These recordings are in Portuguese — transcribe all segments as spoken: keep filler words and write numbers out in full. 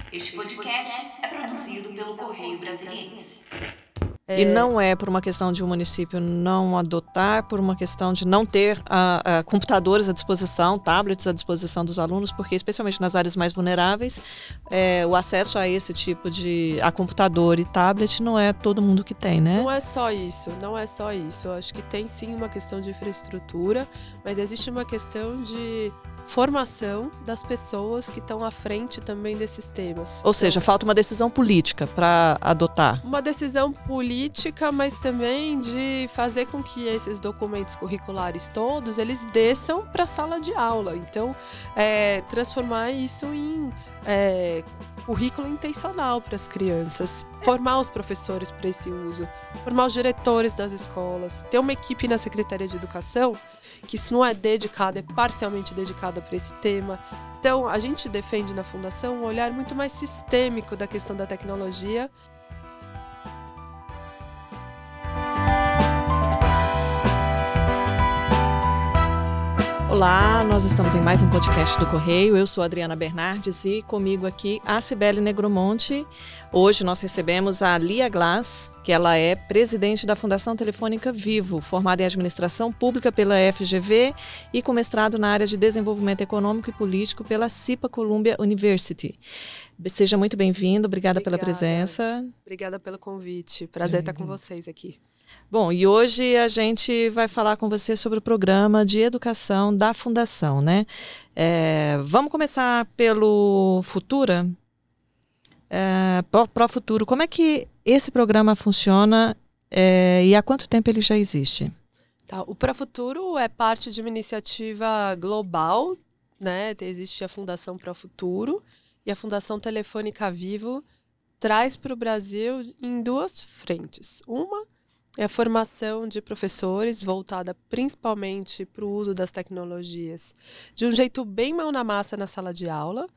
Este podcast é produzido pelo Correio Brasiliense. É... E não é por uma questão de um município não adotar, por uma questão de não ter a, a, computadores à disposição, tablets à disposição dos alunos, porque especialmente nas áreas mais vulneráveis, é, o acesso a esse tipo de a computador e tablet não é todo mundo que tem, né? Não é só isso, não é só isso. Eu acho que tem sim uma questão de infraestrutura, mas existe uma questão de formação das pessoas que estão à frente também desses temas. Ou seja, falta uma decisão política para adotar. Uma decisão política, mas também de fazer com que esses documentos curriculares todos, eles desçam para a sala de aula. Então, é, transformar isso em é, currículo intencional para as crianças. Formar os professores para esse uso. Formar os diretores das escolas. Ter uma equipe na Secretaria de Educação que, se não é dedicada, é parcialmente dedicada para esse tema. Então, a gente defende na Fundação um olhar muito mais sistêmico da questão da tecnologia. Olá, nós estamos em mais um podcast do Correio. Eu sou a Adriana Bernardes e comigo aqui a Cibele Negromonte. Hoje nós recebemos a Lia Glass, que ela é presidente da Fundação Telefônica Vivo, formada em Administração Pública pela F G V e com mestrado na área de Desenvolvimento Econômico e Político pela Cipa Columbia University. Seja muito bem-vindo, obrigada, obrigada pela presença. Obrigada pelo convite, prazer estar com vocês aqui. Bom, e hoje a gente vai falar com você sobre o programa de educação da Fundação, né? É, vamos começar pelo Futura? É, Pro Futuro, como é que esse programa funciona é, e há quanto tempo ele já existe? Tá, o Pro Futuro é parte de uma iniciativa global, né? Existe a Fundação Pro Futuro e a Fundação Telefônica Vivo traz para o Brasil em duas frentes. Uma é a formação de professores voltada principalmente para o uso das tecnologias de um jeito bem mão na massa na sala de aula,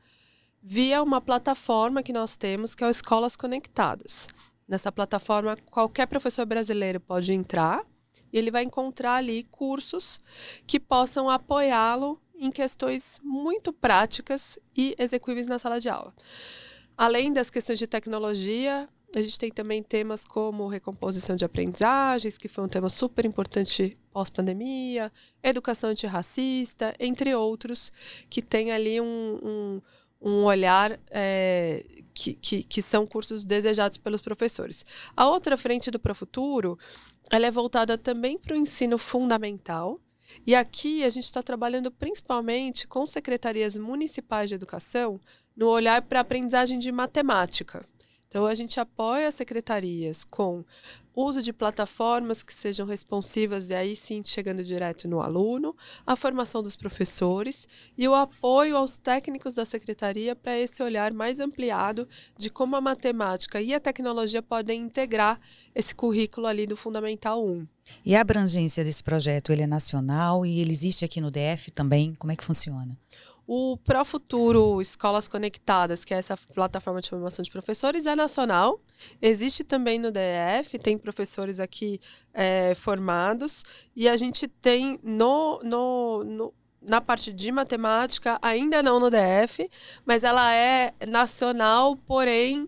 via uma plataforma que nós temos, que é o Escolas Conectadas. Nessa plataforma, qualquer professor brasileiro pode entrar e ele vai encontrar ali cursos que possam apoiá-lo em questões muito práticas e execuíveis na sala de aula. Além das questões de tecnologia, a gente tem também temas como recomposição de aprendizagens, que foi um tema super importante pós-pandemia, educação antirracista, entre outros, que tem ali um, um, um olhar é, que, que, que são cursos desejados pelos professores. A outra frente do Pro Futuro, ela é voltada também para o ensino fundamental, e aqui a gente está trabalhando principalmente com secretarias municipais de educação no olhar para a aprendizagem de matemática. Então, a gente apoia as secretarias com uso de plataformas que sejam responsivas e aí sim chegando direto no aluno, a formação dos professores e o apoio aos técnicos da secretaria para esse olhar mais ampliado de como a matemática e a tecnologia podem integrar esse currículo ali do Fundamental um. E a abrangência desse projeto, ele é nacional e ele existe aqui no D F também? Como é que funciona? O Pro Futuro Escolas Conectadas, que é essa plataforma de formação de professores, é nacional. Existe também no D F, tem professores aqui é, formados. E a gente tem no, no, no, na parte de matemática, ainda não no D F, mas ela é nacional, porém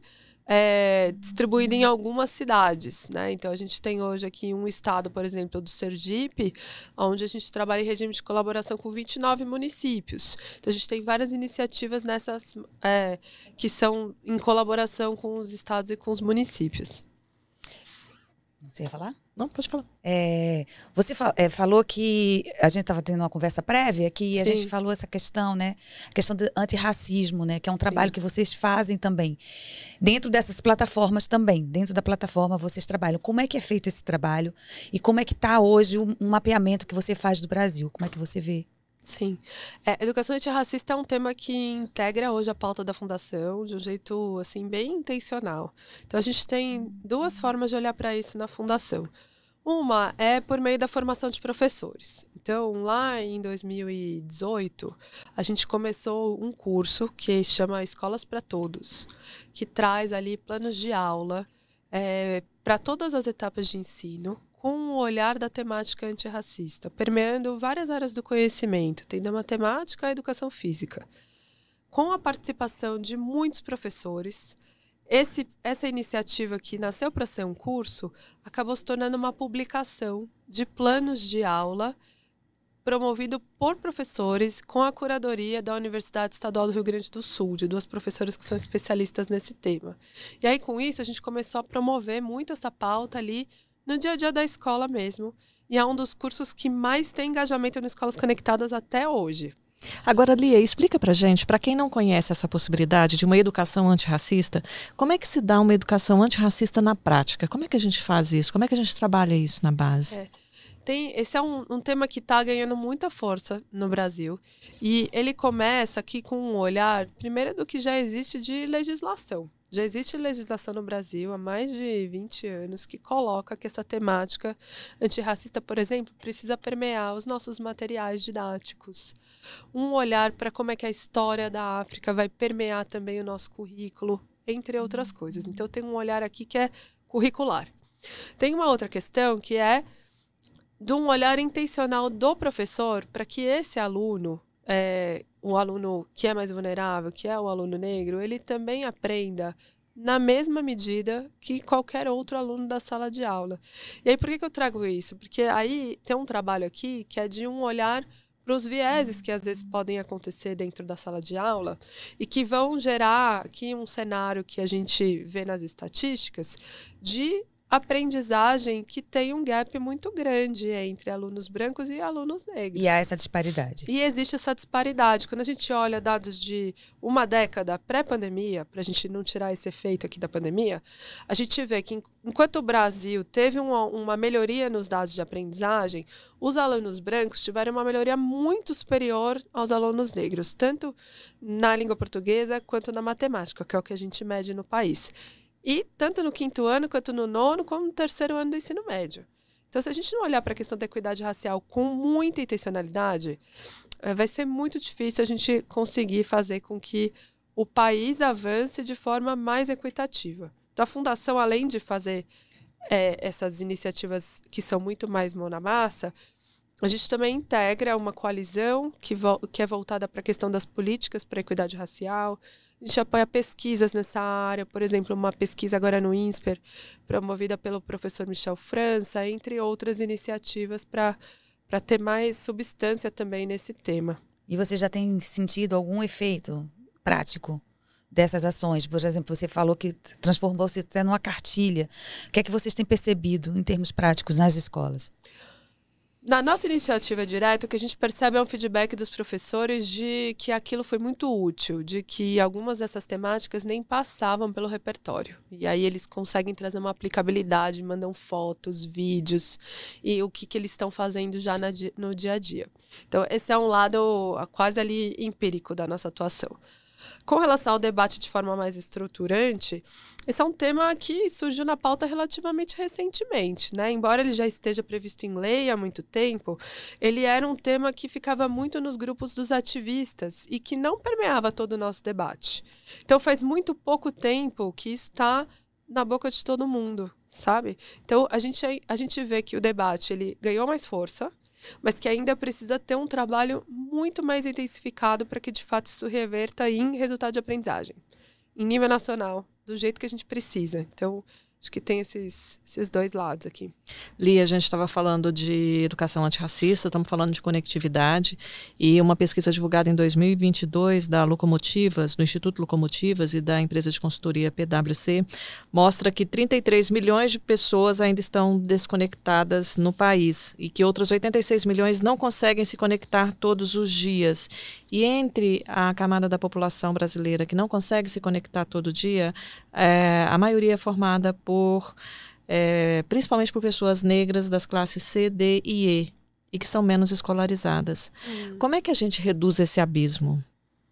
é, distribuída em algumas cidades, né? Então, a gente tem hoje aqui um estado, por exemplo, do Sergipe, onde a gente trabalha em regime de colaboração com vinte e nove municípios. Então, a gente tem várias iniciativas nessas é, que são em colaboração com os estados e com os municípios. Você ia falar? Não, pode falar. É, você fal, é, falou que a gente estava tendo uma conversa prévia, que a Sim. gente falou essa questão, né? A questão do antirracismo, né? Que é um trabalho Sim. que vocês fazem também. Dentro dessas plataformas também, dentro da plataforma vocês trabalham. Como é que é feito esse trabalho? E como é que está hoje um, um mapeamento que você faz do Brasil? Como é que você vê? Sim. É, educação antirracista é um tema que integra hoje a pauta da Fundação de um jeito assim, bem intencional. Então, a gente tem duas formas de olhar para isso na Fundação. Uma é por meio da formação de professores. Então, lá em dois mil e dezoito, a gente começou um curso que chama Escolas para Todos, que traz ali planos de aula é, para todas as etapas de ensino, com o olhar da temática antirracista, permeando várias áreas do conhecimento, tendo a matemática e a educação física. com a participação de muitos professores. Esse, essa iniciativa que nasceu para ser um curso, acabou se tornando uma publicação de planos de aula promovido por professores com a curadoria da Universidade Estadual do Rio Grande do Sul, de duas professoras que são especialistas nesse tema. E aí, com isso, a gente começou a promover muito essa pauta ali no dia a dia da escola mesmo. E é um dos cursos que mais tem engajamento nas Escolas Conectadas até hoje. Agora, Lia, explica pra gente, para quem não conhece essa possibilidade de uma educação antirracista, como é que se dá uma educação antirracista na prática? Como é que a gente faz isso? Como é que a gente trabalha isso na base? É. Tem, esse é um, um tema que está ganhando muita força no Brasil. E ele começa aqui com um olhar, primeiro, do que já existe de legislação. Já existe legislação no Brasil há mais de vinte anos que coloca que essa temática antirracista, por exemplo, precisa permear os nossos materiais didáticos. Um olhar para como é que a história da África vai permear também o nosso currículo, entre outras coisas. Então, tem um olhar aqui que é curricular. Tem uma outra questão que é de um olhar intencional do professor para que esse aluno, é, o aluno que é mais vulnerável, que é o aluno negro, ele também aprenda na mesma medida que qualquer outro aluno da sala de aula. E aí, por que que eu trago isso? Porque aí tem um trabalho aqui que é de um olhar para os vieses que às vezes podem acontecer dentro da sala de aula e que vão gerar aqui um cenário que a gente vê nas estatísticas de aprendizagem que tem um gap muito grande entre alunos brancos e alunos negros. E há essa disparidade. E existe essa disparidade. Quando a gente olha dados de uma década pré-pandemia, para a gente não tirar esse efeito aqui da pandemia, a gente vê que enquanto o Brasil teve uma, uma melhoria nos dados de aprendizagem, os alunos brancos tiveram uma melhoria muito superior aos alunos negros, tanto na língua portuguesa quanto na matemática, que é o que a gente mede no país. E tanto no quinto ano, quanto no nono, como no terceiro ano do ensino médio. Então, se a gente não olhar para a questão da equidade racial com muita intencionalidade, vai ser muito difícil a gente conseguir fazer com que o país avance de forma mais equitativa. Então, a Fundação, além de fazer é, essas iniciativas que são muito mais mão na massa, a gente também integra uma coalizão que, vo- que é voltada para a questão das políticas para a equidade racial. A gente apoia pesquisas nessa área, por exemplo, uma pesquisa agora no INSPER, promovida pelo professor Michel França, entre outras iniciativas para para ter mais substância também nesse tema. E você já tem sentido algum efeito prático dessas ações? Por exemplo, você falou que transformou-se até numa cartilha. O que é que vocês têm percebido em termos práticos nas escolas? Na nossa iniciativa direta, o que a gente percebe é um feedback dos professores de que aquilo foi muito útil, de que algumas dessas temáticas nem passavam pelo repertório. E aí eles conseguem trazer uma aplicabilidade, mandam fotos, vídeos e o que, que eles estão fazendo já na, no dia a dia. Então, esse é um lado quase ali empírico da nossa atuação. Com relação ao debate de forma mais estruturante, esse é um tema que surgiu na pauta relativamente recentemente, né? Embora ele já esteja previsto em lei há muito tempo, ele era um tema que ficava muito nos grupos dos ativistas e que não permeava todo o nosso debate. Então, faz muito pouco tempo que isso está na boca de todo mundo, sabe? Então, a gente, a gente vê que o debate ele ganhou mais força, mas que ainda precisa ter um trabalho muito mais intensificado para que, de fato, isso reverta em resultado de aprendizagem, em nível nacional, do jeito que a gente precisa. Então, acho que tem esses, esses dois lados aqui. Lia, a gente estava falando de educação antirracista, estamos falando de conectividade, e uma pesquisa divulgada em dois mil e vinte e dois da Locomotivas, do Instituto Locomotivas e da empresa de consultoria P W C, mostra que trinta e três milhões de pessoas ainda estão desconectadas no país e que outros oitenta e seis milhões não conseguem se conectar todos os dias. E entre a camada da população brasileira que não consegue se conectar todo dia, é, a maioria é formada por, é, principalmente por pessoas negras das classes C, D e E, e que são menos escolarizadas. Hum. Como é que a gente reduz esse abismo?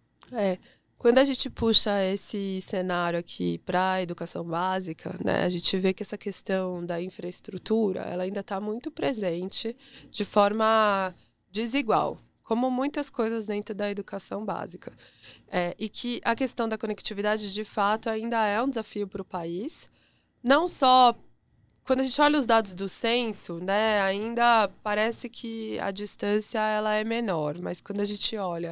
É, quando a gente puxa esse cenário aqui para a educação básica, né, a gente vê que essa questão da infraestrutura ela ainda está muito presente de forma desigual, como muitas coisas dentro da educação básica. É, e que a questão da conectividade, de fato, ainda é um desafio para o país. Não só... Quando a gente olha os dados do censo, né, ainda parece que a distância ela é menor. Mas quando a gente olha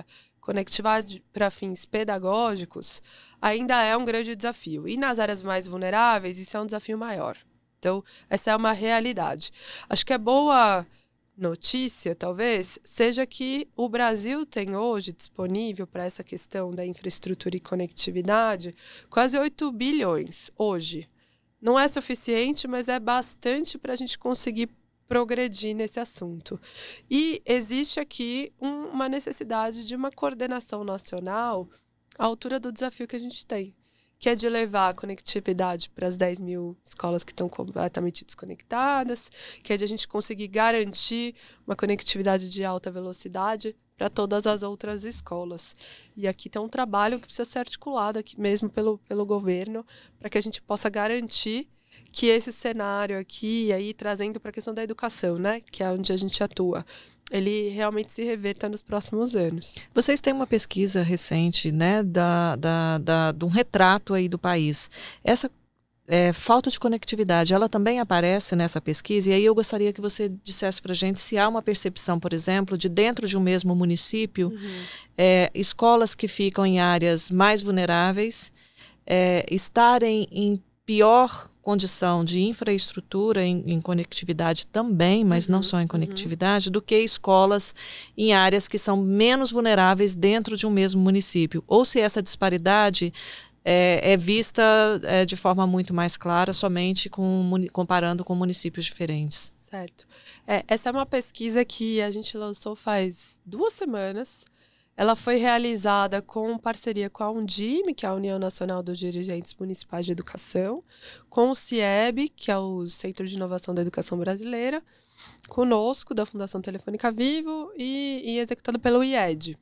conectividade para fins pedagógicos ainda é um grande desafio. E nas áreas mais vulneráveis, isso é um desafio maior. Então, essa é uma realidade. Acho que é boa notícia, talvez, seja que o Brasil tem hoje disponível para essa questão da infraestrutura e conectividade quase oito bilhões hoje. Não é suficiente, mas é bastante para a gente conseguir progredir nesse assunto. E existe aqui um, uma necessidade de uma coordenação nacional à altura do desafio que a gente tem, que é de levar a conectividade para as dez mil escolas que estão completamente desconectadas, que é de a gente conseguir garantir uma conectividade de alta velocidade para todas as outras escolas. E aqui tem um trabalho que precisa ser articulado aqui mesmo pelo, pelo governo, para que a gente possa garantir que esse cenário aqui, aí trazendo para a questão da educação, né, que é onde a gente atua, ele realmente se reverta nos próximos anos. Vocês têm uma pesquisa recente, né, da, da, da, de um retrato aí do país. Essa é, falta de conectividade, ela também aparece nessa pesquisa, e aí eu gostaria que você dissesse para a gente se há uma percepção, por exemplo, de dentro de um mesmo município, uhum. é, escolas que ficam em áreas mais vulneráveis é, estarem em pior condição de infraestrutura em, em conectividade também, mas uhum, não só em conectividade, uhum. do que escolas em áreas que são menos vulneráveis dentro de um mesmo município. Ou se essa disparidade é, é vista é, de forma muito mais clara somente com, comparando com municípios diferentes. Certo. É, essa é uma pesquisa que a gente lançou faz duas semanas. Ela foi realizada com parceria com a Undime, que é a União Nacional dos Dirigentes Municipais de Educação, com o CIEB, que é o Centro de Inovação da Educação Brasileira, conosco, da Fundação Telefônica Vivo, e, e executada pelo I E D.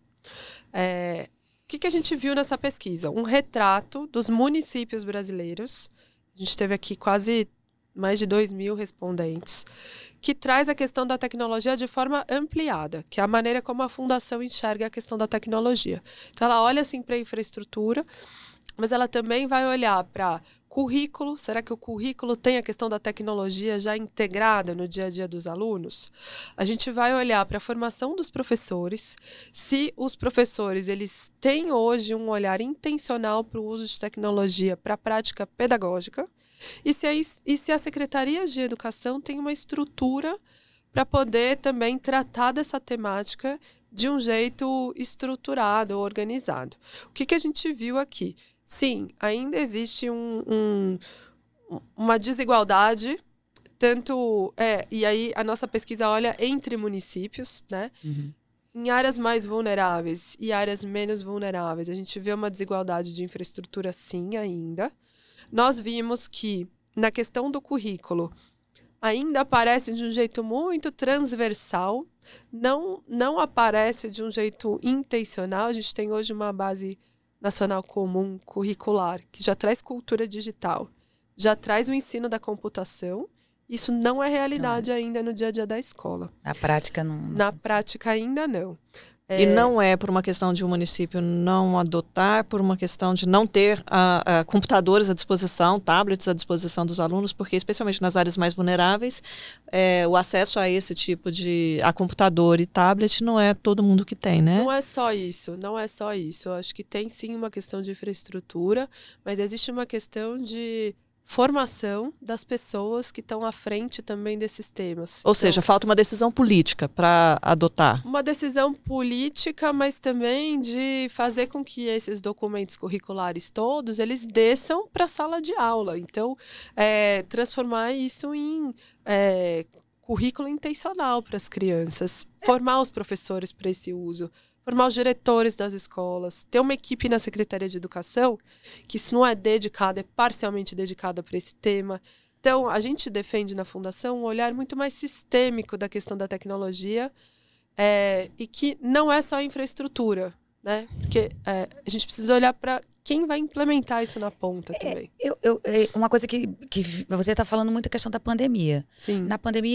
É, o que, que a gente viu nessa pesquisa? Um retrato dos municípios brasileiros. A gente teve aqui quase mais de dois mil respondentes, que traz a questão da tecnologia de forma ampliada, que é a maneira como a Fundação enxerga a questão da tecnologia. Então, ela olha assim para a infraestrutura, mas ela também vai olhar para currículo. Será que o currículo tem a questão da tecnologia já integrada no dia a dia dos alunos? A gente vai olhar para a formação dos professores, se os professores eles têm hoje um olhar intencional para o uso de tecnologia para a prática pedagógica, E se, a, e se a Secretaria de Educação tem uma estrutura para poder também tratar dessa temática de um jeito estruturado, organizado. O que, que a gente viu aqui? Sim, ainda existe um, um, uma desigualdade, tanto... É, e aí a nossa pesquisa olha entre municípios, né? Uhum. Em áreas mais vulneráveis e áreas menos vulneráveis, a gente vê uma desigualdade de infraestrutura, sim, ainda. Nós vimos que, na questão do currículo, ainda aparece de um jeito muito transversal, não, não aparece de um jeito intencional. A gente tem hoje uma base nacional comum curricular, que já traz cultura digital, já traz o ensino da computação. Isso não é realidade não é. ainda no dia a dia da escola. Na prática, não. Na prática, ainda não. É... E não é por uma questão de um município não adotar, por uma questão de não ter uh, uh, computadores à disposição, tablets à disposição dos alunos, porque especialmente nas áreas mais vulneráveis, é, o acesso a esse tipo de a computador e tablet não é todo mundo que tem, né? Não é só isso, não é só isso. Eu acho que tem sim uma questão de infraestrutura, mas existe uma questão de formação das pessoas que estão à frente também desses temas. Ou então, seja, falta uma decisão política para adotar. Uma decisão política, mas também de fazer com que esses documentos curriculares todos, eles desçam para a sala de aula. Então, é, transformar isso em é, currículo intencional para as crianças, formar os professores para esse uso, formar os diretores das escolas, ter uma equipe na Secretaria de Educação que, se não é dedicada, é parcialmente dedicada para esse tema. Então, a gente defende na Fundação um olhar muito mais sistêmico da questão da tecnologia é, e que não é só infraestrutura, né? Porque é, a gente precisa olhar para quem vai implementar isso na ponta também. É, eu, eu, é uma coisa que, que você está falando muito é a questão da pandemia. Sim. Na pandemia,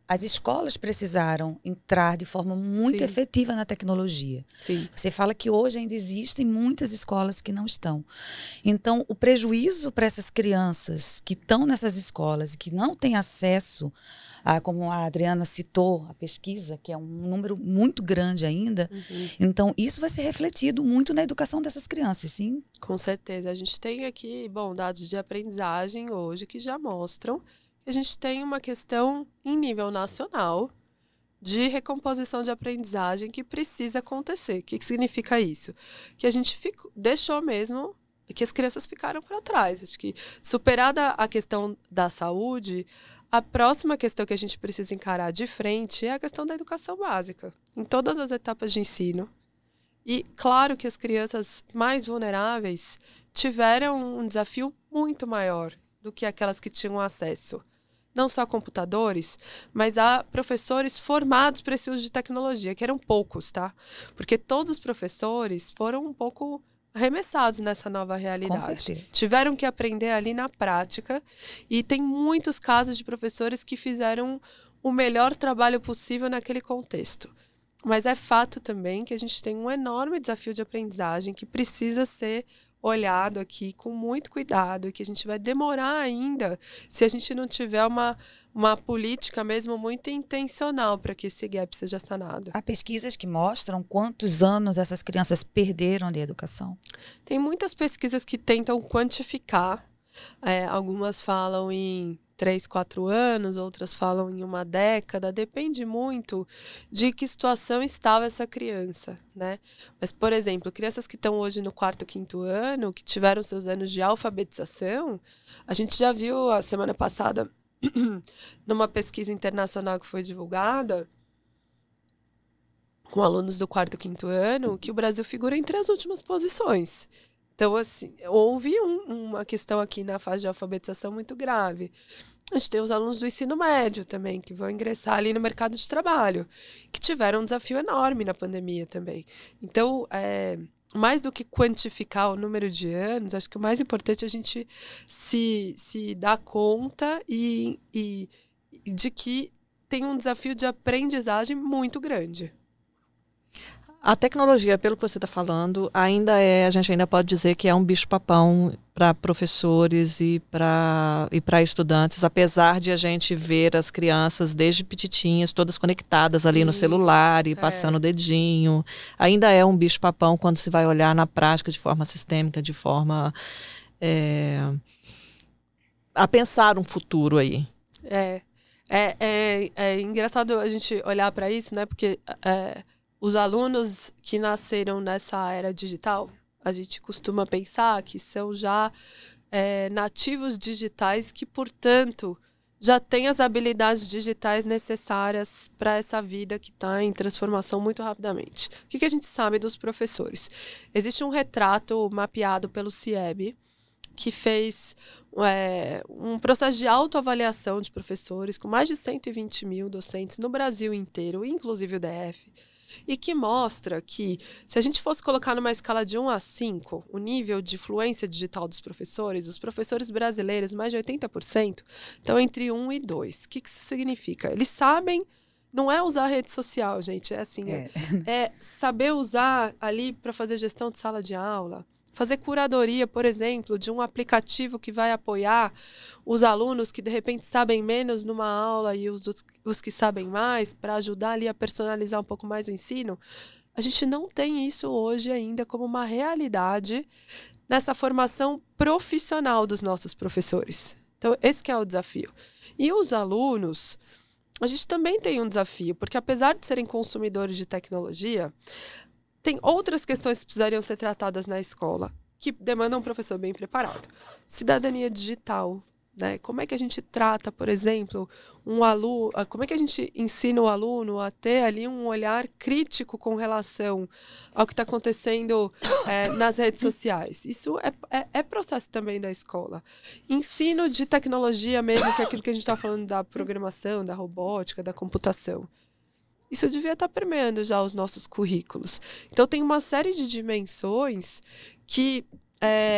as escolas precisaram entrar de forma muito Sim. efetiva na tecnologia. Sim. Você fala que hoje ainda existem muitas escolas que não estão. Então, o prejuízo para essas crianças que estão nessas escolas e que não têm acesso a, como a Adriana citou, a pesquisa, que é um número muito grande ainda, Uhum. então isso vai ser refletido muito na educação dessas crianças, sim? Com certeza. A gente tem aqui, bom, dados de aprendizagem hoje que já mostram que a gente tem uma questão em nível nacional de recomposição de aprendizagem que precisa acontecer. O que, que significa isso? Que a gente ficou, deixou mesmo, que as crianças ficaram para trás. Acho que, superada a questão da saúde, a próxima questão que a gente precisa encarar de frente é a questão da educação básica, em todas as etapas de ensino. E claro que as crianças mais vulneráveis tiveram um desafio muito maior do que aquelas que tinham acesso. Não só a computadores, mas a professores formados para esse uso de tecnologia, que eram poucos, tá? Porque todos os professores foram um pouco arremessados nessa nova realidade. Com certeza. Tiveram que aprender ali na prática e tem muitos casos de professores que fizeram o melhor trabalho possível naquele contexto. Mas é fato também que a gente tem um enorme desafio de aprendizagem que precisa ser olhado aqui com muito cuidado e que a gente vai demorar ainda se a gente não tiver uma, uma política mesmo muito intencional para que esse gap seja sanado. Há pesquisas que mostram quantos anos essas crianças perderam de educação? Tem muitas pesquisas que tentam quantificar. É, algumas falam em três, quatro anos, outras falam em uma década, depende muito de que situação estava essa criança, né? Mas, por exemplo, crianças que estão hoje no quarto, quinto ano, que tiveram seus anos de alfabetização, a gente já viu a semana passada, numa pesquisa internacional que foi divulgada, com alunos do quarto, quinto ano, que o Brasil figura entre as últimas posições. Então, assim, houve um, uma questão aqui na fase de alfabetização muito grave. A gente tem os alunos do ensino médio também, que vão ingressar ali no mercado de trabalho, que tiveram um desafio enorme na pandemia também. Então, é, mais do que quantificar o número de anos, acho que o mais importante é a gente se, se dar conta e, e, e de que tem um desafio de aprendizagem muito grande. A tecnologia, pelo que você está falando, ainda é, a gente ainda pode dizer que é um bicho-papão para professores e para e para estudantes, apesar de a gente ver as crianças desde petitinhas, todas conectadas ali no celular e passando o dedinho. Ainda é um bicho-papão quando se vai olhar na prática de forma sistêmica, de forma é, a pensar um futuro aí. É, é, é, é engraçado a gente olhar para isso, né? Porque é, os alunos que nasceram nessa era digital, a gente costuma pensar que são já é, nativos digitais que, portanto, já têm as habilidades digitais necessárias para essa vida que está em transformação muito rapidamente. O que, que a gente sabe dos professores? Existe um retrato mapeado pelo CIEB, que fez é, um processo de autoavaliação de professores com mais de cento e vinte mil docentes no Brasil inteiro, inclusive o D F, e que mostra que, se a gente fosse colocar numa escala de um a cinco, o nível de fluência digital dos professores, os professores brasileiros, mais de oitenta por cento, estão entre um e dois. O que isso significa? Eles sabem, não é usar a rede social, gente, é assim, é, é saber usar ali para fazer gestão de sala de aula, fazer curadoria, por exemplo, de um aplicativo que vai apoiar os alunos que, de repente, sabem menos numa aula e os, os que sabem mais, para ajudar ali a personalizar um pouco mais o ensino. A gente não tem isso hoje ainda como uma realidade nessa formação profissional dos nossos professores. Então, esse que é o desafio. E os alunos, a gente também tem um desafio, porque apesar de serem consumidores de tecnologia, tem outras questões que precisariam ser tratadas na escola, que demandam um professor bem preparado. Cidadania digital, né? Como é que a gente trata, por exemplo, um aluno, como é que a gente ensina o aluno a ter ali um olhar crítico com relação ao que está acontecendo é, nas redes sociais? Isso é, é, é processo também da escola. Ensino de tecnologia mesmo, que é aquilo que a gente está falando da programação, da robótica, da computação. Isso devia estar permeando já os nossos currículos. Então, tem uma série de dimensões que é,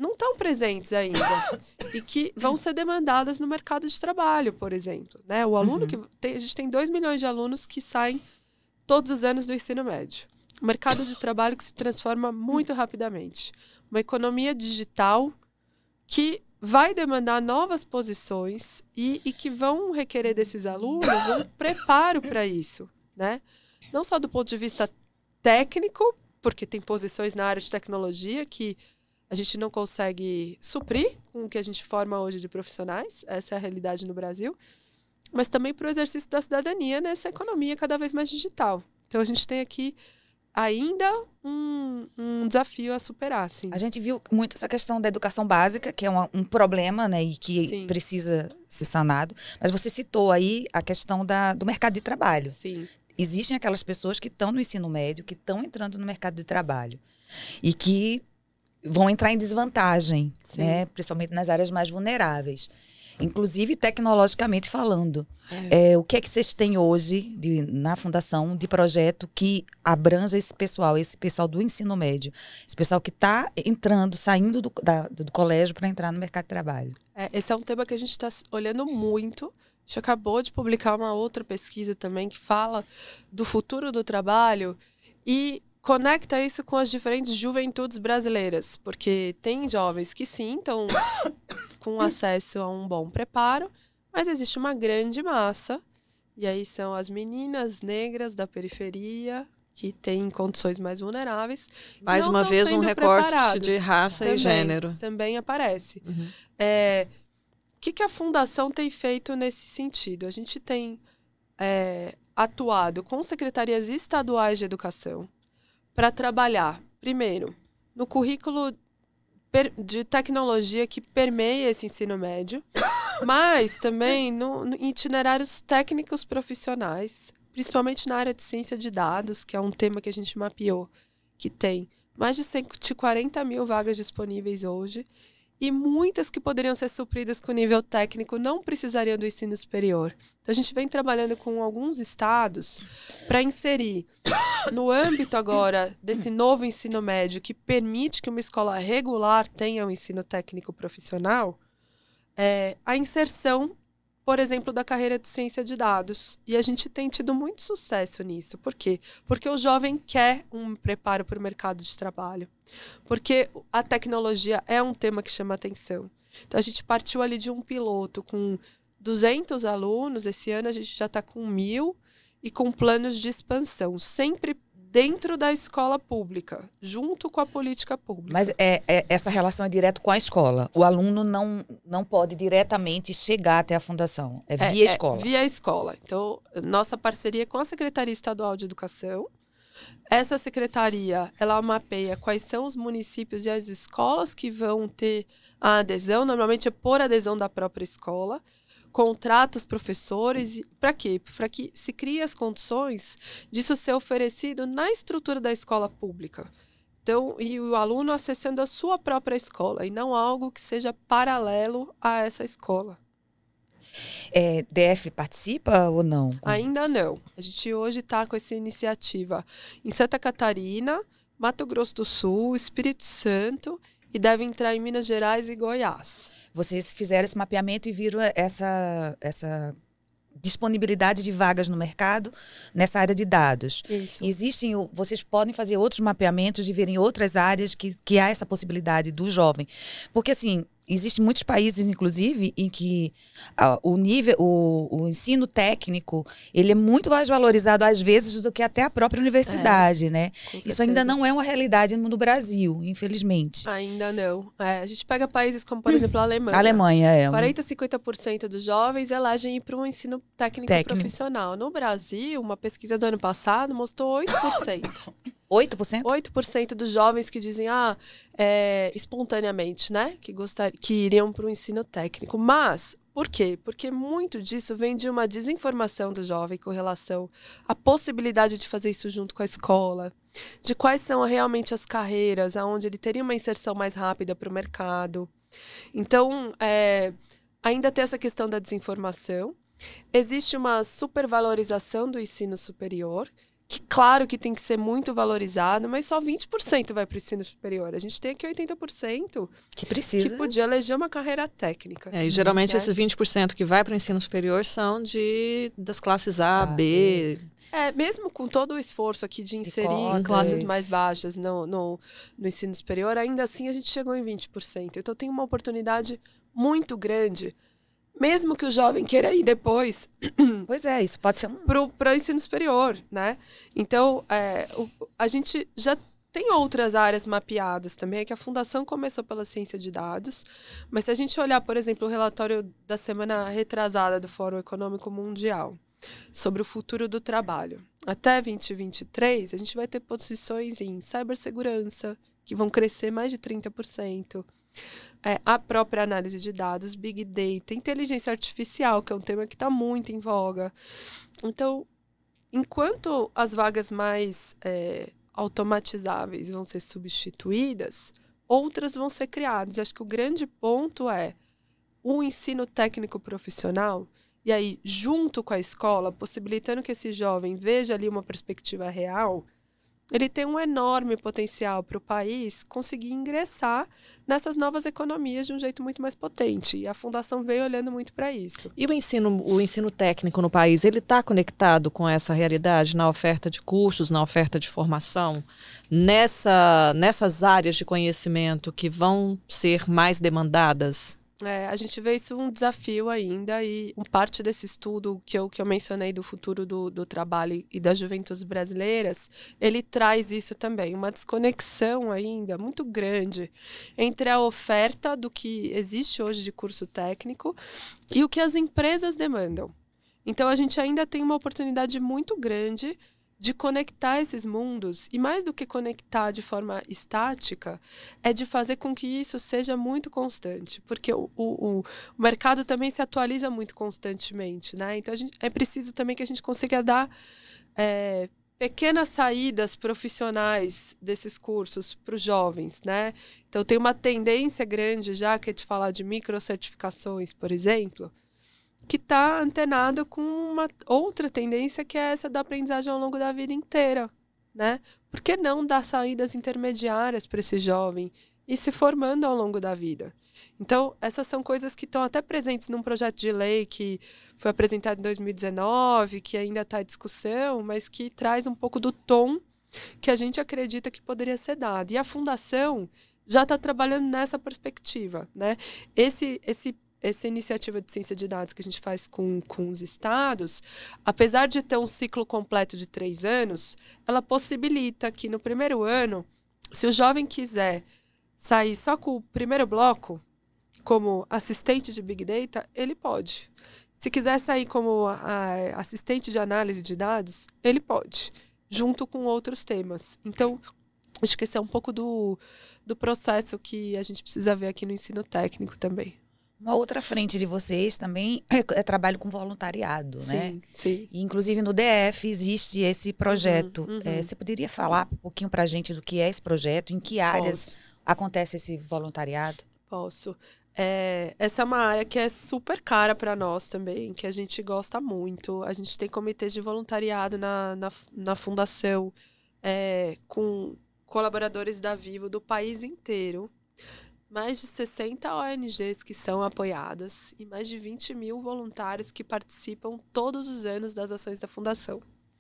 não estão presentes ainda e que vão ser demandadas no mercado de trabalho, por exemplo. Né? O aluno Uhum. que tem, a gente tem dois milhões de alunos que saem todos os anos do ensino médio. Um mercado de trabalho que se transforma muito rapidamente. Uma economia digital que vai demandar novas posições e, e que vão requerer desses alunos um preparo para isso. Né? Não só do ponto de vista técnico, porque tem posições na área de tecnologia que a gente não consegue suprir com o que a gente forma hoje de profissionais. Essa é a realidade no Brasil. Mas também para o exercício da cidadania nessa economia cada vez mais digital. Então, a gente tem aqui ainda um, um desafio a superar. Assim. A gente viu muito essa questão da educação básica, que é uma, um problema, né, e que Sim. precisa ser sanado. Mas você citou aí a questão da, do mercado de trabalho. Sim. Existem aquelas pessoas que estão no ensino médio, que estão entrando no mercado de trabalho e que vão entrar em desvantagem, né? Principalmente nas áreas mais vulneráveis, inclusive tecnologicamente falando. É. É, o que é que vocês têm hoje de, na Fundação de projeto que abranja esse pessoal, esse pessoal do ensino médio, esse pessoal que está entrando, saindo do, da, do colégio para entrar no mercado de trabalho? É, esse é um tema que a gente está olhando muito. A gente acabou de publicar uma outra pesquisa também que fala do futuro do trabalho e conecta isso com as diferentes juventudes brasileiras, porque tem jovens que sim estão com acesso a um bom preparo, mas existe uma grande massa, e aí são as meninas negras da periferia, que têm condições mais vulneráveis. Mais não uma estão vez um sendo recorte preparadas. de raça Também, e gênero. Também aparece. Uhum. É, o que, que a Fundação tem feito nesse sentido? A gente tem é, atuado com secretarias estaduais de educação para trabalhar, primeiro, no currículo de tecnologia que permeia esse ensino médio, mas também no, no itinerários técnicos profissionais, principalmente na área de ciência de dados, que é um tema que a gente mapeou, que tem mais de cento e quarenta mil vagas disponíveis hoje, e muitas que poderiam ser supridas com nível técnico não precisariam do ensino superior. Então, a gente vem trabalhando com alguns estados para inserir, no âmbito agora desse novo ensino médio, que permite que uma escola regular tenha um ensino técnico profissional, é, a inserção, por exemplo, da carreira de ciência de dados. E a gente tem tido muito sucesso nisso. Por quê? Porque o jovem quer um preparo para o mercado de trabalho. Porque a tecnologia é um tema que chama atenção. Então, a gente partiu ali de um piloto com duzentos alunos. Esse ano a gente já está com mil e com planos de expansão. Sempre dentro da escola pública, junto com a política pública. Mas é, é, essa relação é direto com a escola. O aluno não, não pode diretamente chegar até a fundação. É via é, escola. É via escola. Então, nossa parceria com a Secretaria Estadual de Educação. Essa secretaria, ela mapeia quais são os municípios e as escolas que vão ter a adesão. Normalmente é por adesão da própria escola. Contrata os professores. Para quê? Para que se crie as condições disso ser oferecido na estrutura da escola pública. Então, e o aluno acessando a sua própria escola, e não algo que seja paralelo a essa escola. É, D F participa ou não? Ainda não. A gente hoje está com essa iniciativa em Santa Catarina, Mato Grosso do Sul, Espírito Santo e deve entrar em Minas Gerais e Goiás. Vocês fizeram esse mapeamento e viram essa, essa disponibilidade de vagas no mercado nessa área de dados. Isso. Existem, vocês podem fazer outros mapeamentos e verem outras áreas que, que há essa possibilidade do jovem. Porque, assim, existem muitos países, inclusive, em que uh, o nível, o, o ensino técnico, ele é muito mais valorizado, às vezes, do que até a própria universidade, é, né? Isso ainda não é uma realidade no Brasil, infelizmente. Ainda não. É, a gente pega países como, por exemplo, a Alemanha. A Alemanha, é. quarenta, cinquenta por cento dos jovens elegem ir para um ensino técnico, técnico profissional. No Brasil, uma pesquisa do ano passado mostrou oito por cento. oito por cento? oito por cento dos jovens que dizem, ah, é, espontaneamente, né? Que, gostar, que iriam para o ensino técnico. Mas, por quê? Porque muito disso vem de uma desinformação do jovem com relação à possibilidade de fazer isso junto com a escola, de quais são realmente as carreiras, aonde ele teria uma inserção mais rápida para o mercado. Então, é, ainda tem essa questão da desinformação. Existe uma supervalorização do ensino superior, que claro que tem que ser muito valorizado, mas só vinte por cento vai para o ensino superior. A gente tem aqui oitenta por cento Que precisa. que podia eleger uma carreira técnica. É, e geralmente né? esses vinte por cento que vai para o ensino superior são de, das classes A, Ah, B. É, mesmo com todo o esforço aqui de inserir cotas. classes mais baixas no, no, no ensino superior, ainda assim a gente chegou em vinte por cento. Então tem uma oportunidade muito grande, mesmo que o jovem queira ir depois Pois é, isso pode ser um... para o ensino superior, né? Então, é, o, a gente já tem outras áreas mapeadas também, é que a Fundação começou pela ciência de dados, mas se a gente olhar, por exemplo, o relatório da semana retrasada do Fórum Econômico Mundial, sobre o futuro do trabalho. Até vinte e vinte e três, a gente vai ter posições em cibersegurança, que vão crescer mais de trinta por cento. É, a própria análise de dados, Big Data, inteligência artificial, que é um tema que está muito em voga. Então, enquanto as vagas mais é, automatizáveis vão ser substituídas, outras vão ser criadas. Acho que o grande ponto é o ensino técnico profissional. E aí, junto com a escola, possibilitando que esse jovem veja ali uma perspectiva real, ele tem um enorme potencial para o país conseguir ingressar nessas novas economias de um jeito muito mais potente. E a Fundação veio olhando muito para isso. E o ensino, o ensino técnico no país, ele está conectado com essa realidade na oferta de cursos, na oferta de formação, nessa, nessas áreas de conhecimento que vão ser mais demandadas? É, a gente vê isso um desafio ainda e parte desse estudo que eu, que eu mencionei do futuro do, do trabalho e das juventudes brasileiras, ele traz isso também, uma desconexão ainda muito grande entre a oferta do que existe hoje de curso técnico e o que as empresas demandam. Então, a gente ainda tem uma oportunidade muito grande de conectar esses mundos, e mais do que conectar de forma estática, é de fazer com que isso seja muito constante, porque o, o, o mercado também se atualiza muito constantemente, né? Então, a gente, é preciso também que a gente consiga dar é, pequenas saídas profissionais desses cursos para os jovens, né? Então, tem uma tendência grande já, que é de falar de microcertificações, por exemplo, que está antenado com uma outra tendência, que é essa da aprendizagem ao longo da vida inteira, né? Por que não dar saídas intermediárias para esse jovem e se formando ao longo da vida? Então, essas são coisas que estão até presentes num projeto de lei que foi apresentado em dois mil e dezenove, que ainda está em discussão, mas que traz um pouco do tom que a gente acredita que poderia ser dado. E a Fundação já está trabalhando nessa perspectiva, né? Esse, esse Essa iniciativa de ciência de dados que a gente faz com, com os estados, apesar de ter um ciclo completo de três anos, ela possibilita que no primeiro ano, se o jovem quiser sair só com o primeiro bloco, como assistente de Big Data, ele pode. Se quiser sair como a, a assistente de análise de dados, ele pode, junto com outros temas. Então, acho que esse é um pouco do, do processo que a gente precisa ver aqui no ensino técnico também. Uma outra frente de vocês também é, é trabalho com voluntariado, Sim, né? sim. E, inclusive no D F existe esse projeto. Uhum, uhum. É, você poderia falar um pouquinho para a gente do que é esse projeto, em que áreas Posso. acontece esse voluntariado? Posso. É, essa é uma área que é super cara para nós também, que a gente gosta muito. A gente tem comitês de voluntariado na, na, na fundação, é, com colaboradores da Vivo do país inteiro. Mais de sessenta O N Gs que são apoiadas e mais de vinte mil voluntários que participam todos os anos das ações da Fundação.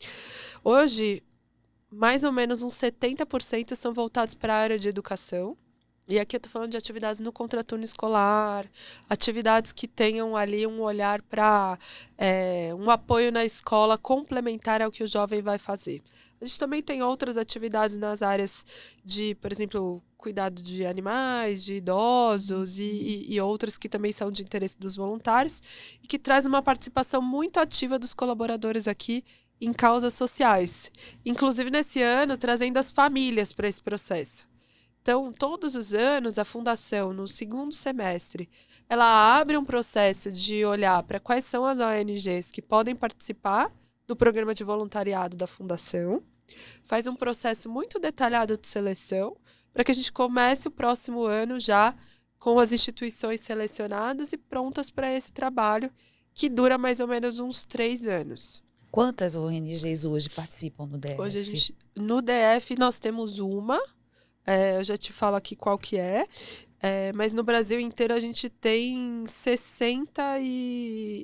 Hoje, mais ou menos uns setenta por cento são voltados para a área de educação. E aqui eu estou falando de atividades no contraturno escolar, atividades que tenham ali um olhar para é, um apoio na escola complementar ao que o jovem vai fazer. A gente também tem outras atividades nas áreas de, por exemplo, cuidado de animais, de idosos e, e, e outras que também são de interesse dos voluntários e que traz uma participação muito ativa dos colaboradores aqui em causas sociais. Inclusive, nesse ano, trazendo as famílias para esse processo. Então, todos os anos, a Fundação, no segundo semestre, ela abre um processo de olhar para quais são as O N Gs que podem participar do programa de voluntariado da Fundação, faz um processo muito detalhado de seleção, para que a gente comece o próximo ano já com as instituições selecionadas e prontas para esse trabalho, que dura mais ou menos uns três anos. Quantas O N Gs hoje participam no D F? Hoje a gente, no D F nós temos uma, é, eu já te falo aqui qual que é, é, mas no Brasil inteiro a gente tem sessenta e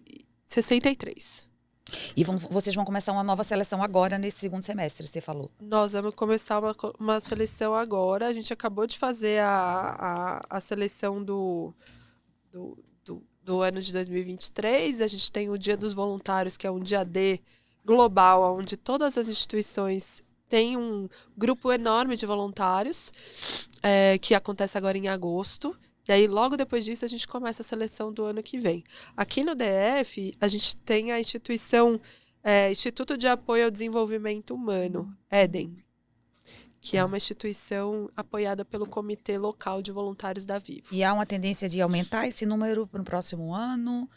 três. E vão, vocês vão começar uma nova seleção agora, nesse segundo semestre, você falou. Nós vamos começar uma, uma seleção agora. A gente acabou de fazer a, a, a seleção do, do, do, do ano de dois mil e vinte e três. A gente tem o Dia dos Voluntários, que é um dia D global, onde todas as instituições têm um grupo enorme de voluntários, é, que acontece agora em agosto. E aí, logo depois disso, a gente começa a seleção do ano que vem. Aqui no D F, a gente tem a instituição, é, Instituto de Apoio ao Desenvolvimento Humano, EDEM, que é uma instituição apoiada pelo Comitê Local de Voluntários da Vivo. E há uma tendência de aumentar esse número para o próximo ano?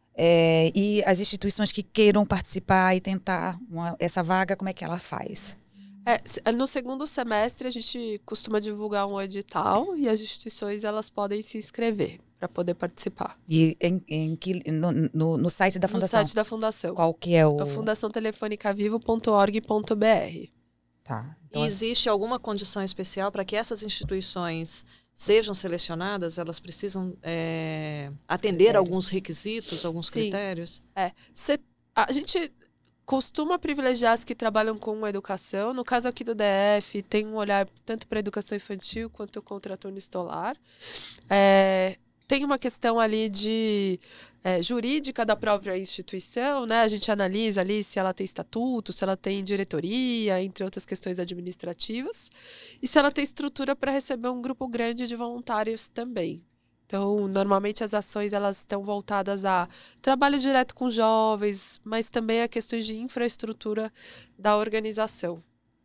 É, e as instituições que queiram participar e tentar uma, essa vaga, como é que ela faz? É, no segundo semestre, a gente costuma divulgar um edital e as instituições elas podem se inscrever para poder participar. E em, em que, no, no, no site da Fundação? No site da Fundação. Qual que é o... É fundação telefônica vivo ponto org ponto b r. Tá. Então, e existe alguma condição especial para que essas instituições sejam selecionadas? Elas precisam é, atender critérios. alguns requisitos, alguns Sim. critérios? É. Cê, a gente costuma privilegiar as que trabalham com a educação. No caso aqui do D F, tem um olhar tanto para a educação infantil quanto contra turno escolar. É, tem uma questão ali de é, jurídica da própria instituição, né? A gente analisa ali se ela tem estatuto, se ela tem diretoria, entre outras questões administrativas, e se ela tem estrutura para receber um grupo grande de voluntários também. Então, normalmente as ações elas estão voltadas a trabalho direto com jovens, mas também a questões de infraestrutura da organização.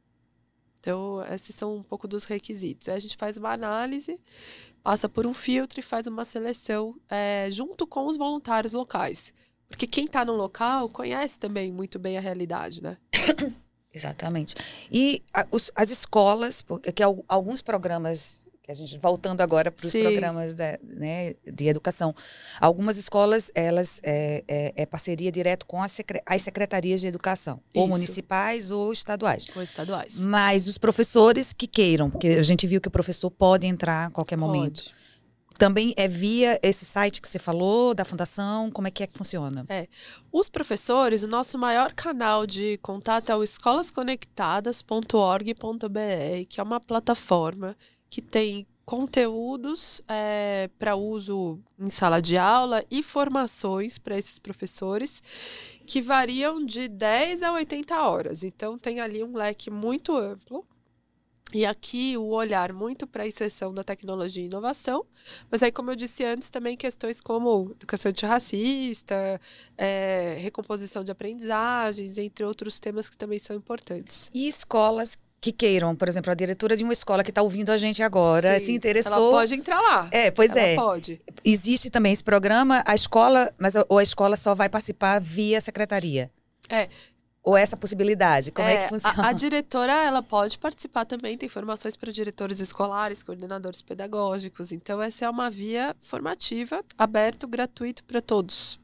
Então, esses são um pouco dos requisitos. Aí a gente faz uma análise, passa por um filtro e faz uma seleção é, junto com os voluntários locais. Porque quem está no local conhece também muito bem a realidade, né? Exatamente. E a, os, as escolas, porque alguns programas... que a gente voltando agora para os programas da, né, de educação. Algumas escolas, elas é, é, é parceria direto com as, secre as secretarias de educação, Isso. ou municipais ou estaduais. Ou estaduais. Mas os professores que queiram, porque a gente viu que o professor pode entrar a qualquer Pode. momento. Também é via esse site que você falou, da fundação, como é que é que funciona? É. Os professores, o nosso maior canal de contato é o escolas conectadas ponto org ponto b r, que é uma plataforma que tem conteúdos é, para uso em sala de aula e formações para esses professores que variam de dez a oitenta horas. Então, tem ali um leque muito amplo. E aqui o olhar muito para a inserção da tecnologia e inovação, mas aí, como eu disse antes, também questões como educação antirracista, é, recomposição de aprendizagens, entre outros temas que também são importantes. E escolas que queiram, por exemplo, a diretora de uma escola que está ouvindo a gente agora, Sim, se interessou... Ela pode entrar lá. É, pois ela é. pode. Existe também esse programa, a escola, mas ou a escola só vai participar via secretaria? É. Ou essa possibilidade? Como é, é que funciona? A, a diretora, ela pode participar também, tem formações para diretores escolares, coordenadores pedagógicos. Então, essa é uma via formativa, aberto, gratuito para todos.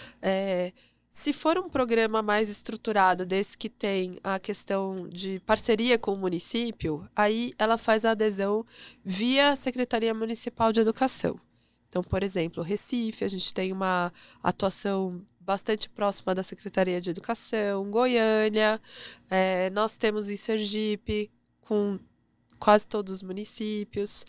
É, se for um programa mais estruturado, desse que tem a questão de parceria com o município, aí ela faz a adesão via Secretaria Municipal de Educação. Então, por exemplo, Recife, a gente tem uma atuação bastante próxima da Secretaria de Educação, Goiânia, é, nós temos em Sergipe, com quase todos os municípios,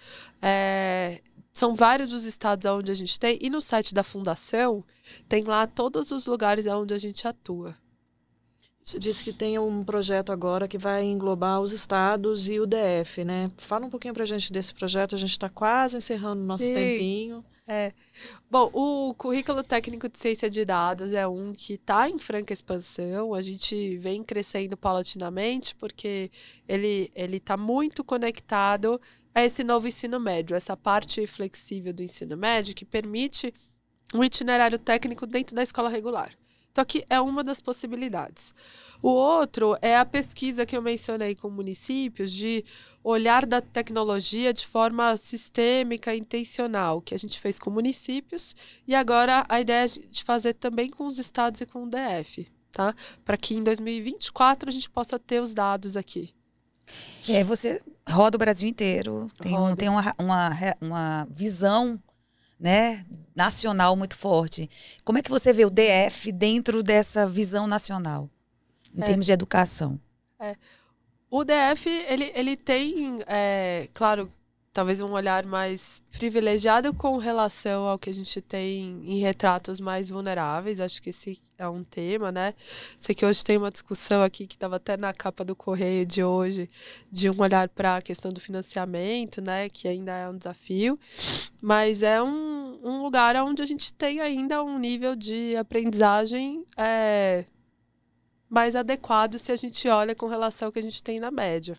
é, são vários os estados onde a gente tem, e no site da Fundação tem lá todos os lugares onde a gente atua. Você disse que tem um projeto agora que vai englobar os estados e o D F, né? Fala um pouquinho pra gente desse projeto, a gente está quase encerrando o nosso Sim. tempinho. É. Bom, o Currículo Técnico de Ciência de Dados é um que está em franca expansão, a gente vem crescendo paulatinamente, porque ele ele está muito conectado a esse novo ensino médio, essa parte flexível do ensino médio que permite um itinerário técnico dentro da escola regular. Então, aqui é uma das possibilidades. O outro é a pesquisa que eu mencionei com municípios de olhar da tecnologia de forma sistêmica, intencional, que a gente fez com municípios, e agora a ideia é de fazer também com os estados e com o D F. tá? Para que em dois mil e vinte e quatro a gente possa ter os dados aqui. É, você roda o Brasil inteiro, tem, um, tem uma, uma, uma visão, né, nacional muito forte. Como é que você vê o D F dentro dessa visão nacional, em é. termos de educação? É. O D F, ele, ele tem, é, claro, talvez um olhar mais privilegiado com relação ao que a gente tem em retratos mais vulneráveis. Acho que esse é um tema, né? Sei que hoje tem uma discussão aqui que estava até na capa do Correio de hoje, de um olhar para a questão do financiamento, né? Que ainda é um desafio. Mas é um, um lugar onde a gente tem ainda um nível de aprendizagem é, mais adequado se a gente olha com relação ao que a gente tem na média.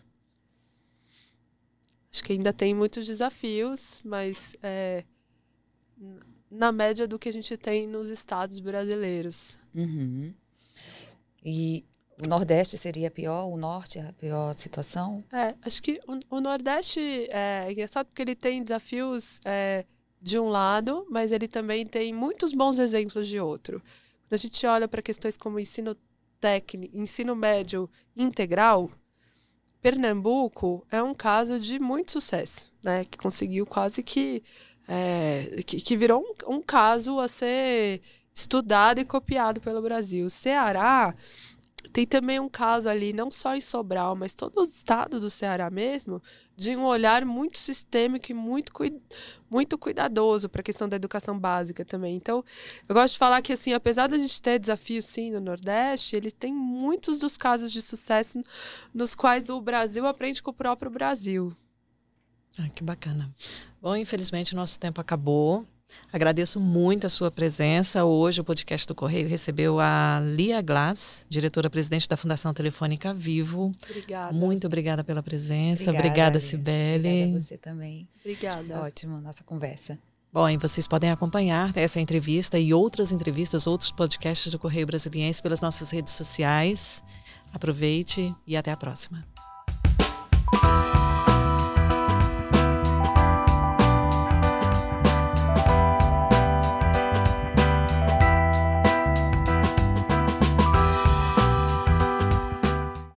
Acho que ainda tem muitos desafios, mas é, na média do que a gente tem nos estados brasileiros. Uhum. E o Nordeste seria pior? O Norte é a pior situação? É, acho que o, o Nordeste é engraçado porque ele tem desafios é, de um lado, mas ele também tem muitos bons exemplos de outro. Quando a gente olha para questões como ensino técnico, ensino médio integral, Pernambuco é um caso de muito sucesso, né? Que conseguiu quase que... É, que, que virou um, um caso a ser estudado e copiado pelo Brasil. O Ceará tem também um caso ali, não só em Sobral, mas todo o estado do Ceará mesmo, de um olhar muito sistêmico e muito, muito cuidadoso para a questão da educação básica também. Então, eu gosto de falar que, assim, apesar da gente ter desafios, sim, no Nordeste, ele tem muitos dos casos de sucesso nos quais o Brasil aprende com o próprio Brasil. Ah, que bacana. Bom, infelizmente, o nosso tempo acabou. Agradeço muito a sua presença. Hoje o podcast do Correio recebeu a Lia Glass, diretora-presidente da Fundação Telefônica Vivo. Obrigada. Muito obrigada pela presença. Obrigada, obrigada Lia. Cibele. Obrigada a você também. Obrigada. Ótimo, nossa conversa. Bom, e vocês podem acompanhar essa entrevista e outras entrevistas, outros podcasts do Correio Brasiliense pelas nossas redes sociais. Aproveite e até a próxima.